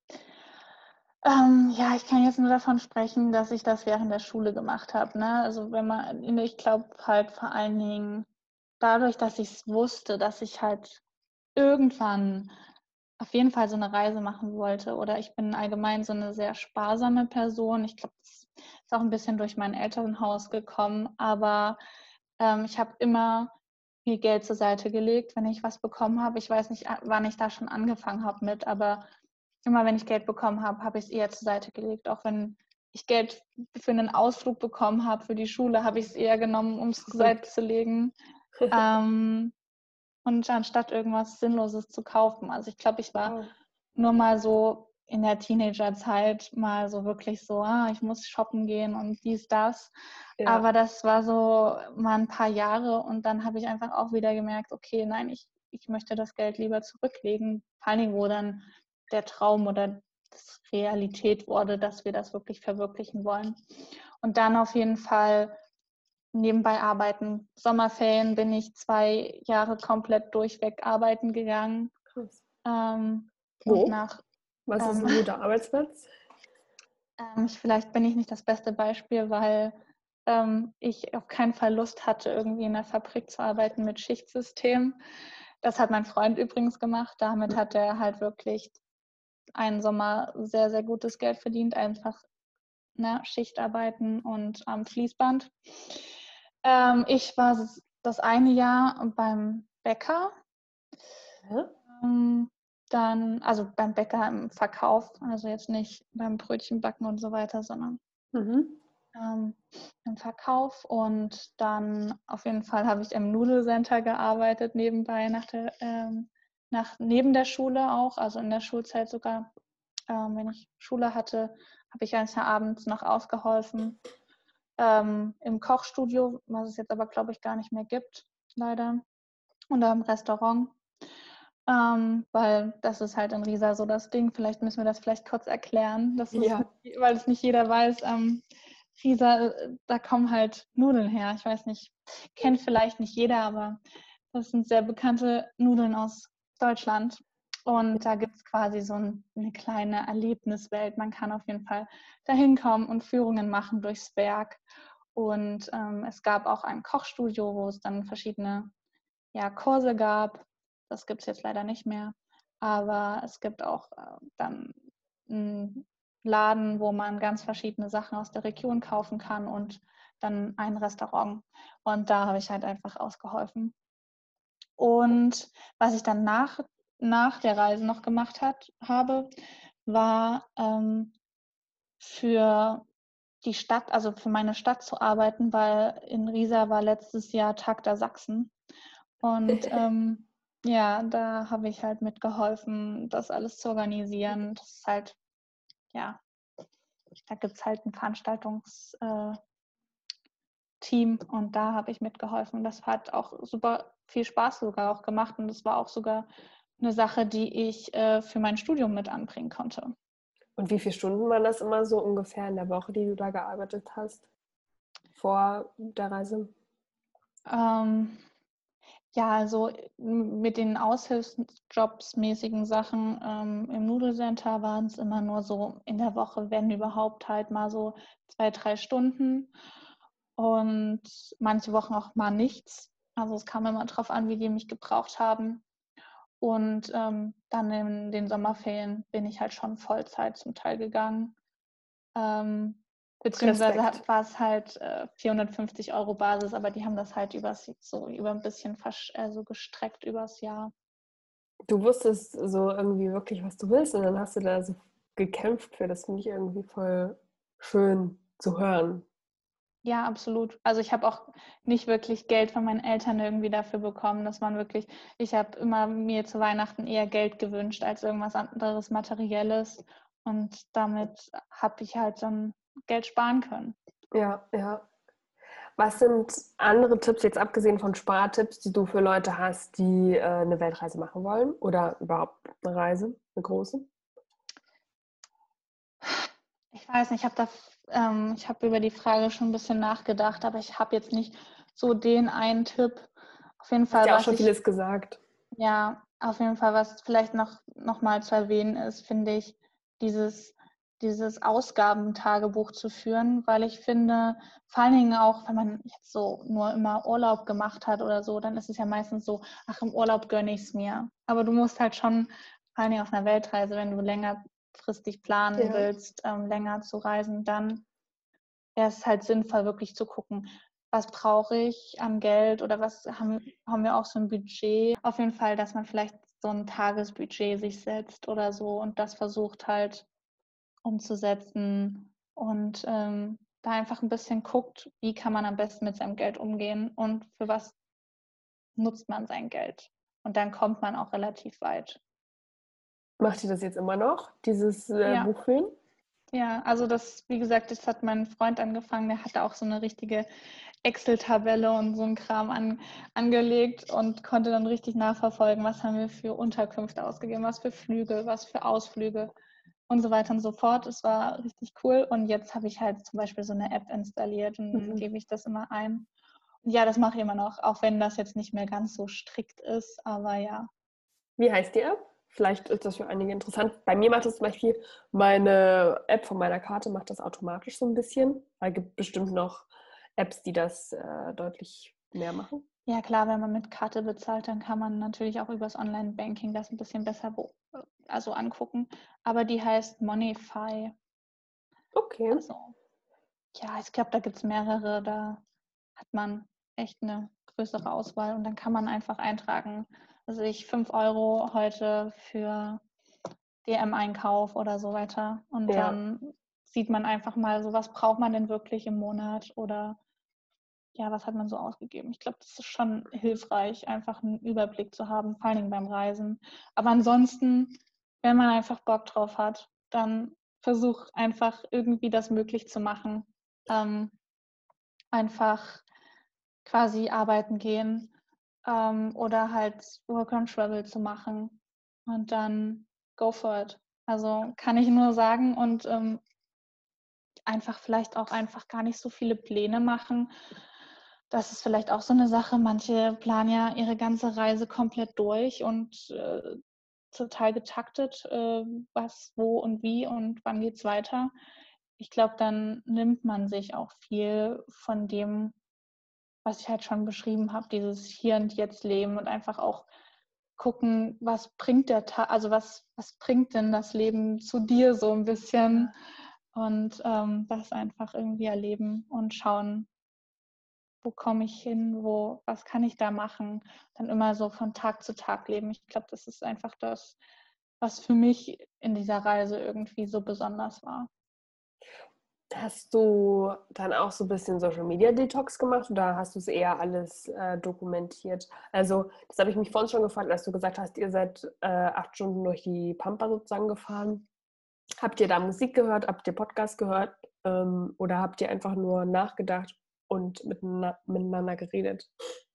Ja, ich kann jetzt nur davon sprechen, dass ich das während der Schule gemacht habe. Ne? Also ich glaube halt vor allen Dingen dadurch, dass ich es wusste, dass ich halt irgendwann auf jeden Fall so eine Reise machen wollte. Oder ich bin allgemein so eine sehr sparsame Person. Ich glaube, das ist auch ein bisschen durch mein Elternhaus gekommen. Aber ich habe immer viel Geld zur Seite gelegt, wenn ich was bekommen habe. Ich weiß nicht, wann ich da schon angefangen habe mit, aber immer wenn ich Geld bekommen habe, habe ich es eher zur Seite gelegt. Auch wenn ich Geld für einen Ausflug bekommen habe, für die Schule, habe ich es eher genommen, um es zur Seite zu legen. Und anstatt irgendwas Sinnloses zu kaufen. Also ich glaube, ich war nur mal so in der Teenagerzeit mal so wirklich so, ich muss shoppen gehen und dies, das. Ja. Aber das war so mal ein paar Jahre und dann habe ich einfach auch wieder gemerkt, okay, nein, ich möchte das Geld lieber zurücklegen. Vor allen Dingen, wo dann der Traum oder das Realität wurde, dass wir das wirklich verwirklichen wollen. Und dann auf jeden Fall nebenbei arbeiten. Sommerferien bin ich 2 Jahre komplett durchweg arbeiten gegangen. Krass. Wo? Was ist ein guter Arbeitsplatz? Vielleicht bin ich nicht das beste Beispiel, weil ich auf keinen Fall Lust hatte, irgendwie in der Fabrik zu arbeiten mit Schichtsystem. Das hat mein Freund übrigens gemacht. Damit hat er halt wirklich einen Sommer sehr, sehr gutes Geld verdient. Einfach Schichtarbeiten und am Fließband. Ich war das eine Jahr beim Bäcker. Ja. Dann, also beim Bäcker im Verkauf, also jetzt nicht beim Brötchenbacken und so weiter, sondern im Verkauf. Und dann auf jeden Fall habe ich im Nudelcenter gearbeitet, nebenbei neben der Schule auch, also in der Schulzeit sogar. Wenn ich Schule hatte, habe ich manchmal abends noch ausgeholfen. Im Kochstudio, was es jetzt aber, glaube ich, gar nicht mehr gibt, leider. Oder im Restaurant. Weil das ist halt in Riesa so das Ding. Vielleicht müssen wir das kurz erklären, weil es nicht jeder weiß. Riesa, da kommen halt Nudeln her. Ich weiß nicht, kennt vielleicht nicht jeder, aber das sind sehr bekannte Nudeln aus Deutschland. Und da gibt es quasi so eine kleine Erlebniswelt. Man kann auf jeden Fall da hinkommen und Führungen machen durchs Werk. Und es gab auch ein Kochstudio, wo es dann verschiedene Kurse gab. Das gibt es jetzt leider nicht mehr. Aber es gibt auch dann einen Laden, wo man ganz verschiedene Sachen aus der Region kaufen kann und dann ein Restaurant. Und da habe ich halt einfach ausgeholfen. Und was ich dann nach der Reise noch gemacht habe, war für die Stadt, also für meine Stadt zu arbeiten, weil in Riesa war letztes Jahr Tag der Sachsen. Und da habe ich halt mitgeholfen, das alles zu organisieren. Das ist halt, da gibt es halt ein Veranstaltungsteam und da habe ich mitgeholfen. Das hat auch super viel Spaß sogar auch gemacht und das war auch sogar eine Sache, die ich für mein Studium mit anbringen konnte. Und wie viele Stunden waren das immer so ungefähr in der Woche, die du da gearbeitet hast vor der Reise? Also mit den Aushilfsjobs-mäßigen Sachen im Nudelcenter waren es immer nur so in der Woche, wenn überhaupt halt mal so 2-3 Stunden und manche Wochen auch mal nichts. Also es kam immer drauf an, wie die mich gebraucht haben. Und dann in den Sommerferien bin ich halt schon Vollzeit zum Teil gegangen. Beziehungsweise war es halt 450 € Basis, aber die haben das halt über ein bisschen so gestreckt übers Jahr. Du wusstest so irgendwie wirklich, was du willst und dann hast du da so gekämpft für. Das finde ich irgendwie voll schön zu hören. Ja, absolut. Also ich habe auch nicht wirklich Geld von meinen Eltern irgendwie dafür bekommen. Ich habe immer mir zu Weihnachten eher Geld gewünscht als irgendwas anderes Materielles. Und damit habe ich halt dann Geld sparen können. Ja. Was sind andere Tipps, jetzt abgesehen von Spartipps, die du für Leute hast, die eine Weltreise machen wollen oder überhaupt eine Reise, eine große? Ich weiß nicht, ich habe über die Frage schon ein bisschen nachgedacht, aber ich habe jetzt nicht so den einen Tipp. Auf jeden Fall, du hast ja auch schon vieles gesagt. Ja, auf jeden Fall, was vielleicht noch mal zu erwähnen ist, finde ich, dieses Ausgabentagebuch zu führen, weil ich finde, vor allen Dingen auch, wenn man jetzt so nur immer Urlaub gemacht hat oder so, dann ist es ja meistens so, ach, im Urlaub gönne ich es mir. Aber du musst halt schon, vor allen Dingen auf einer Weltreise, wenn du längerfristig planen willst, länger zu reisen, dann wäre es halt sinnvoll, wirklich zu gucken, was brauche ich an Geld oder was haben wir auch so ein Budget. Auf jeden Fall, dass man vielleicht so ein Tagesbudget sich setzt oder so und das versucht halt umzusetzen und da einfach ein bisschen guckt, wie kann man am besten mit seinem Geld umgehen und für was nutzt man sein Geld. Und dann kommt man auch relativ weit. Macht ihr das jetzt immer noch, dieses Ja, Buch führen? ja, also das, wie gesagt, das hat mein Freund angefangen, der hatte auch so eine richtige Excel-Tabelle und so ein Kram angelegt und konnte dann richtig nachverfolgen, was haben wir für Unterkünfte ausgegeben, was für Flüge, was für Ausflüge und so weiter und so fort. Es war richtig cool und jetzt habe ich halt zum Beispiel so eine App installiert und dann Mhm. gebe ich das immer ein. Und ja, das mache ich immer noch, auch wenn das jetzt nicht mehr ganz so strikt ist, aber ja. Wie heißt die App? Vielleicht ist das für einige interessant. Bei mir macht das zum Beispiel meine App von meiner Karte macht das automatisch so ein bisschen. Es gibt bestimmt noch Apps, die das deutlich mehr machen. Ja klar, wenn man mit Karte bezahlt, dann kann man natürlich auch übers Online-Banking das ein bisschen besser also angucken. Aber die heißt Moneyfy. Okay. Also ja, ich glaube, da gibt es mehrere. Da hat man echt eine größere Auswahl und dann kann man einfach eintragen, also ich 5 Euro heute für DM-Einkauf oder so weiter. Und Ja. dann sieht man einfach mal so, was braucht man denn wirklich im Monat oder ja, was hat man so ausgegeben? Ich glaube, das ist schon hilfreich, einfach einen Überblick zu haben, vor allen Dingen beim Reisen. Aber ansonsten, wenn man einfach Bock drauf hat, dann versuch einfach irgendwie das möglich zu machen. Ähm, einfach quasi arbeiten gehen oder halt Work and Travel zu machen und dann go for it. Also kann ich nur sagen und einfach vielleicht auch einfach gar nicht so viele Pläne machen. Das ist vielleicht auch so eine Sache. Manche planen ja ihre ganze Reise komplett durch und total getaktet, was, wo und wie und wann geht's weiter. Ich glaube, dann nimmt man sich auch viel von dem, was ich halt schon beschrieben habe, dieses Hier und Jetzt Leben und einfach auch gucken, was bringt der Tag, also was bringt denn das Leben zu dir so ein bisschen und das einfach irgendwie erleben und schauen, wo komme ich hin, was kann ich da machen, dann immer so von Tag zu Tag leben. Ich glaube, das ist einfach das, was für mich in dieser Reise irgendwie so besonders war. Hast du dann auch so ein bisschen Social Media Detox gemacht oder hast du es eher alles dokumentiert? Also, das habe ich mich vorhin schon gefragt, als du gesagt hast, ihr seid 8 Stunden durch die Pampa sozusagen gefahren. Habt ihr da Musik gehört? Habt ihr Podcast gehört? Oder habt ihr einfach nur nachgedacht und miteinander geredet?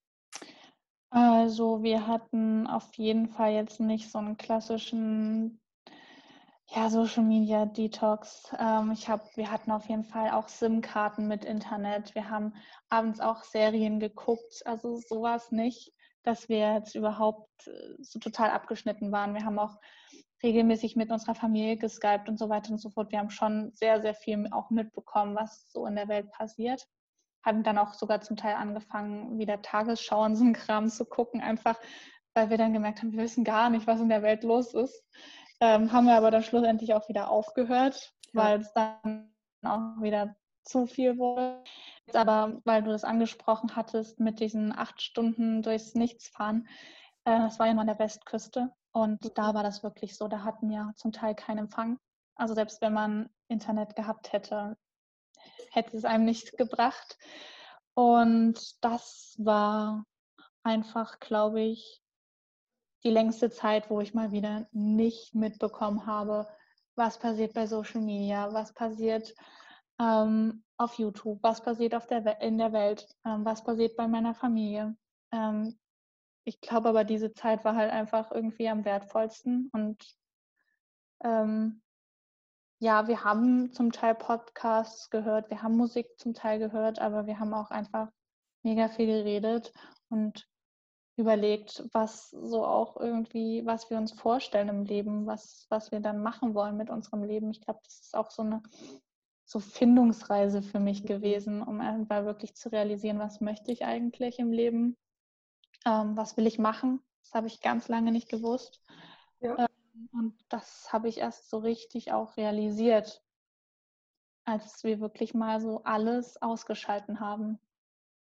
Also wir hatten auf jeden Fall jetzt nicht so einen klassischen ja, Social Media Detox. Wir hatten auf jeden Fall auch SIM-Karten mit Internet. Wir haben abends auch Serien geguckt. Also sowas nicht, dass wir jetzt überhaupt so total abgeschnitten waren. Wir haben auch regelmäßig mit unserer Familie geskypt und so weiter und so fort. Wir haben schon sehr, sehr viel auch mitbekommen, was so in der Welt passiert. Haben dann auch sogar zum Teil angefangen, wieder Tagesschau und so einen Kram zu gucken, einfach weil wir dann gemerkt haben, wir wissen gar nicht, was in der Welt los ist. Haben wir aber dann schlussendlich auch wieder aufgehört, Ja. weil es dann auch wieder zu viel wurde. Jetzt aber, weil du das angesprochen hattest, mit diesen 8 Stunden durchs Nichts fahren, das war ja nur an der Westküste und da war das wirklich so, da hatten wir zum Teil keinen Empfang. Also selbst wenn man Internet gehabt hätte, hätte es einem nichts gebracht. Und das war einfach, glaube ich, die längste Zeit, wo ich mal wieder nicht mitbekommen habe, was passiert bei Social Media, was passiert auf YouTube, was passiert in der Welt, was passiert bei meiner Familie. Ähm, ich glaube aber, diese Zeit war halt einfach irgendwie am wertvollsten. Und ähm, ja, wir haben zum Teil Podcasts gehört, wir haben Musik zum Teil gehört, aber wir haben auch einfach mega viel geredet und überlegt, was so auch irgendwie, was wir uns vorstellen im Leben, was wir dann machen wollen mit unserem Leben. Ich glaube, das ist auch so eine so Findungsreise für mich gewesen, um einfach wirklich zu realisieren, was möchte ich eigentlich im Leben, was will ich machen. Das habe ich ganz lange nicht gewusst. Ja. Und das habe ich erst so richtig auch realisiert, als wir wirklich mal so alles ausgeschalten haben.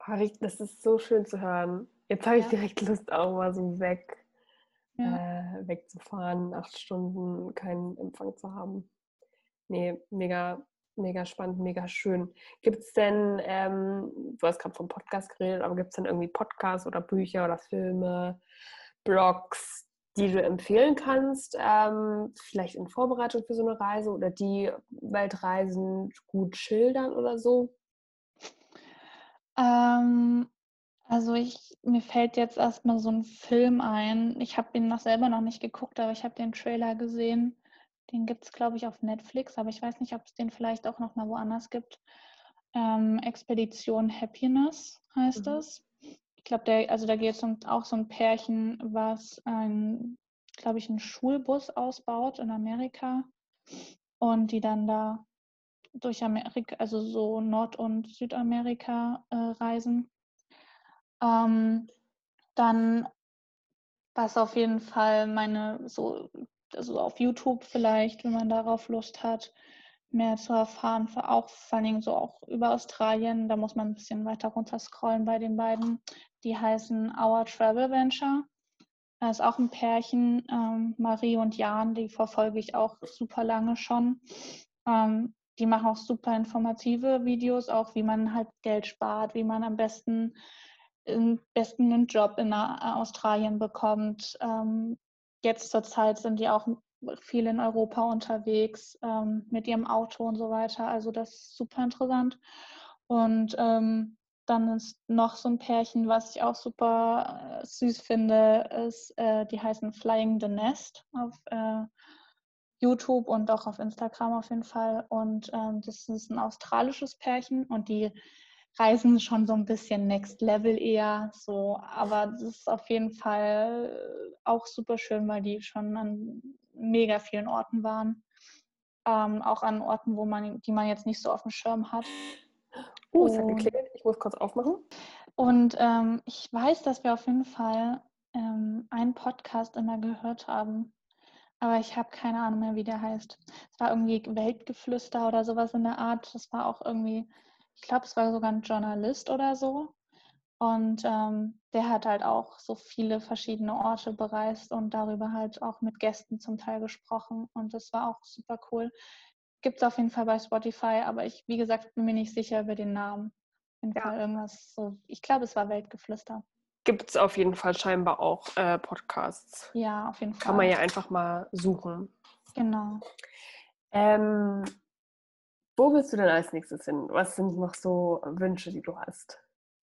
Das ist so schön zu hören. Jetzt habe ich Ja, direkt Lust, auch mal so ja. wegzufahren, 8 Stunden keinen Empfang zu haben. Nee, mega, mega spannend, mega schön. Gibt es denn, du hast gerade vom Podcast geredet, aber gibt es denn irgendwie Podcasts oder Bücher oder Filme, Blogs, die du empfehlen kannst, vielleicht in Vorbereitung für so eine Reise oder die Weltreisen gut schildern oder so? Ähm, also mir fällt jetzt erstmal so ein Film ein. Ich habe ihn selber noch nicht geguckt, aber ich habe den Trailer gesehen. Den gibt es, glaube ich, auf Netflix, aber ich weiß nicht, ob es den vielleicht auch noch mal woanders gibt. Expedition Happiness heißt Mhm. das. Ich glaube, da geht es auch so ein Pärchen, was glaube ich, einen Schulbus ausbaut in Amerika und die dann da durch Amerika, also so Nord- und Südamerika reisen. Dann, was auf jeden Fall also auf YouTube vielleicht, wenn man darauf Lust hat, mehr zu erfahren, auch vor allen Dingen so auch über Australien, da muss man ein bisschen weiter runter scrollen bei den beiden. Die heißen Our Travel Venture. Da ist auch ein Pärchen, Marie und Jan, die verfolge ich auch super lange schon. Die machen auch super informative Videos, auch wie man halt Geld spart, wie man am besten einen Job in Australien bekommt. Jetzt zur Zeit sind die auch viel in Europa unterwegs mit ihrem Auto und so weiter. Also das ist super interessant. Und dann ist noch so ein Pärchen, was ich auch super süß finde, die heißen Flying the Nest auf YouTube und auch auf Instagram auf jeden Fall. Und das ist ein australisches Pärchen und die reisen schon so ein bisschen Next Level eher so, aber das ist auf jeden Fall auch super schön, weil die schon an mega vielen Orten waren. Auch an Orten, die man jetzt nicht so auf dem Schirm hat. Es hat Und, geklingelt. Ich muss kurz aufmachen. ich weiß, dass wir auf jeden Fall einen Podcast immer gehört haben, aber ich habe keine Ahnung mehr, wie der heißt. Es war irgendwie Weltgeflüster oder sowas in der Art. Das war auch irgendwie, ich glaube, es war sogar ein Journalist oder so. Und der hat halt auch so viele verschiedene Orte bereist und darüber halt auch mit Gästen zum Teil gesprochen. Und das war auch super cool. Gibt es auf jeden Fall bei Spotify, aber wie gesagt, bin mir nicht sicher über den Namen. Auf jeden Ja, Fall irgendwas so. Ich glaube, es war Weltgeflüster. gibt es auf jeden Fall scheinbar auch Podcasts. Ja, auf jeden Kann man Fall. ja einfach mal suchen. Genau. Ähm, Wo willst du denn als nächstes hin? Was sind noch so Wünsche, die du hast?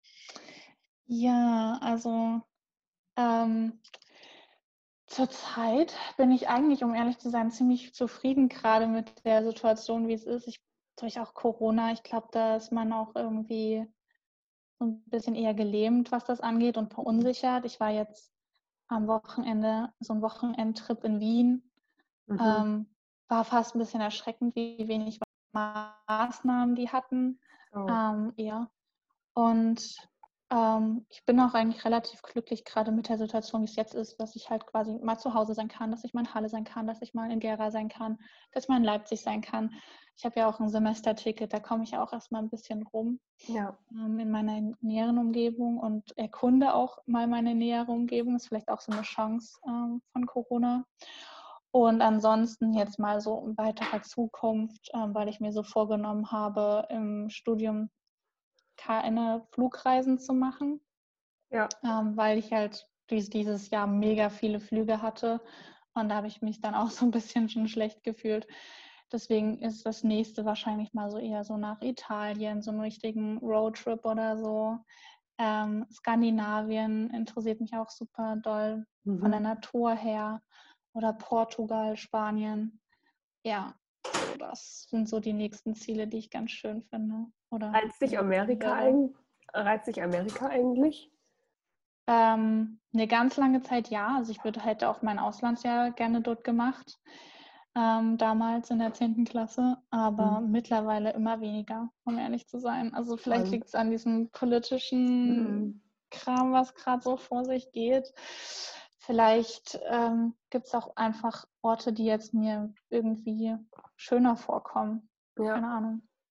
Ja, also ähm, zurzeit bin ich eigentlich, um ehrlich zu sein, ziemlich zufrieden gerade mit der Situation, wie es ist. Durch auch Corona, ich glaube, da ist man auch irgendwie so ein bisschen eher gelähmt, was das angeht und verunsichert. Ich war jetzt am Wochenende, so ein Wochenendtrip in Wien. Mhm. Ähm, War fast ein bisschen erschreckend, wie wenig Maßnahmen die hatten. Oh, Ja. Und ich bin auch eigentlich relativ glücklich gerade mit der Situation, wie es jetzt ist, dass ich halt quasi mal zu Hause sein kann, dass ich mal in Halle sein kann, dass ich mal in Gera sein kann, dass ich mal in Leipzig sein kann. Ich habe ja auch ein Semesterticket, da komme ich ja auch erstmal ein bisschen rum ja. in meiner näheren Umgebung und erkunde auch mal meine nähere Umgebung. Ist vielleicht auch so eine Chance von Corona. Und ansonsten jetzt mal so in weiterer Zukunft, weil ich mir so vorgenommen habe, im Studium keine Flugreisen zu machen, Ja. weil ich halt dieses Jahr mega viele Flüge hatte und da habe ich mich dann auch so ein bisschen schon schlecht gefühlt. Deswegen ist das nächste wahrscheinlich mal so eher so nach Italien, so einen richtigen Roadtrip oder so. Skandinavien interessiert mich auch super doll von der Mhm. Natur her oder Portugal, Spanien. Ja, so das sind so die nächsten Ziele, die ich ganz schön finde oder Reizt dich mir wünschen Amerika würde. eigentlich? Reizt dich Amerika eigentlich? Eine ganz lange Zeit ja. Also hätte auch mein Auslandsjahr gerne dort gemacht, damals in der 10. Klasse, aber Mhm. mittlerweile immer weniger, um ehrlich zu sein. Also vielleicht Spannend. liegt es an diesem politischen Mhm. Kram, was gerade so vor sich geht. Vielleicht gibt es auch einfach Orte, die jetzt mir irgendwie schöner vorkommen. Ja. Keine Ahnung.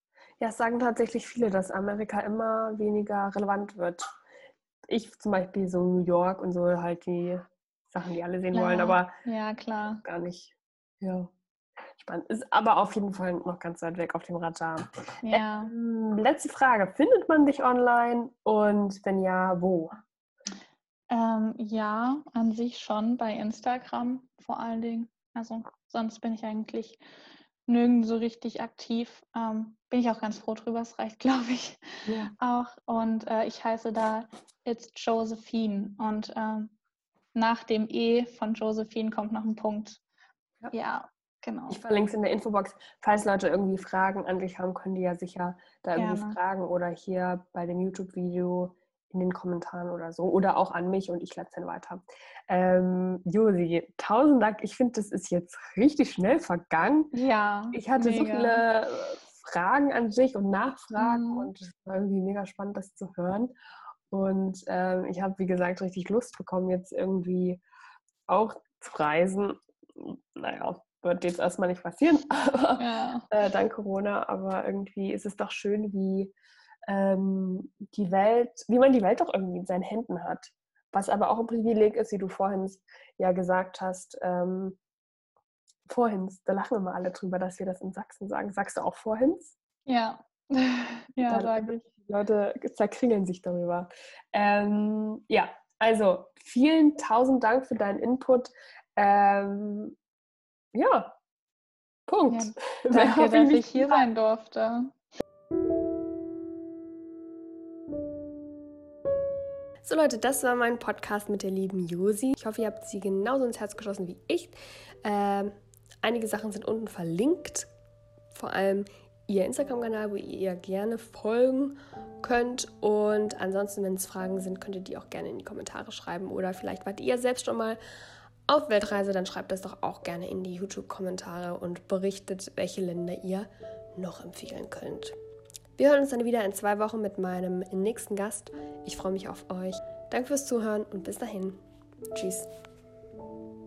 Ja, es sagen tatsächlich viele, dass Amerika immer weniger relevant wird. Ich zum Beispiel so New York und so halt die Sachen, die alle sehen wollen, aber ja, klar. Gar nicht. Ja, spannend. Ist aber auf jeden Fall noch ganz weit weg auf dem Radar. Ja. Letzte Frage. Findet man dich online und wenn ja, wo? Ja, an sich schon bei Instagram vor allen Dingen. Also sonst bin ich eigentlich nirgends so richtig aktiv. Bin ich auch ganz froh drüber, es reicht, glaube ich, auch. Und ich heiße da It's Josephine. Und nach dem E von Josephine kommt noch ein Punkt. Ja, genau. Ich verlinke es in der Infobox. Falls Leute irgendwie Fragen an dich haben, können die ja sicher da irgendwie fragen oder hier bei dem YouTube-Video in den Kommentaren oder so oder auch an mich und ich leite es dann weiter. Josi, 1000 Dank. Ich finde, das ist jetzt richtig schnell vergangen. Ja, ich hatte so viele Fragen an dich und Nachfragen und es war irgendwie mega spannend, das zu hören. Und ich habe, wie gesagt, richtig Lust bekommen, jetzt irgendwie auch zu reisen. Naja, wird jetzt erstmal nicht passieren, aber dank Corona. Aber irgendwie ist es doch schön, wie man die Welt auch irgendwie in seinen Händen hat. Was aber auch ein Privileg ist, wie du vorhin ja gesagt hast. Vorhins, da lachen immer alle drüber, dass wir das in Sachsen sagen. Sagst du auch Vorhins? Ja, ja, sage ich. Die Leute zerkringeln sich darüber. Ja, also vielen 1000 Dank für deinen Input. Ja, Punkt. Ja, danke, dass ich hier sein durfte. So Leute, das war mein Podcast mit der lieben Josi. Ich hoffe, ihr habt sie genauso ins Herz geschlossen wie ich. Einige Sachen sind unten verlinkt. Vor allem ihr Instagram-Kanal, wo ihr gerne folgen könnt. Und ansonsten, wenn es Fragen sind, könnt ihr die auch gerne in die Kommentare schreiben. Oder vielleicht wart ihr selbst schon mal auf Weltreise, dann schreibt das doch auch gerne in die YouTube-Kommentare und berichtet, welche Länder ihr noch empfehlen könnt. Wir hören uns dann wieder in 2 Wochen mit meinem nächsten Gast. Ich freue mich auf euch. Danke fürs Zuhören und bis dahin. Tschüss.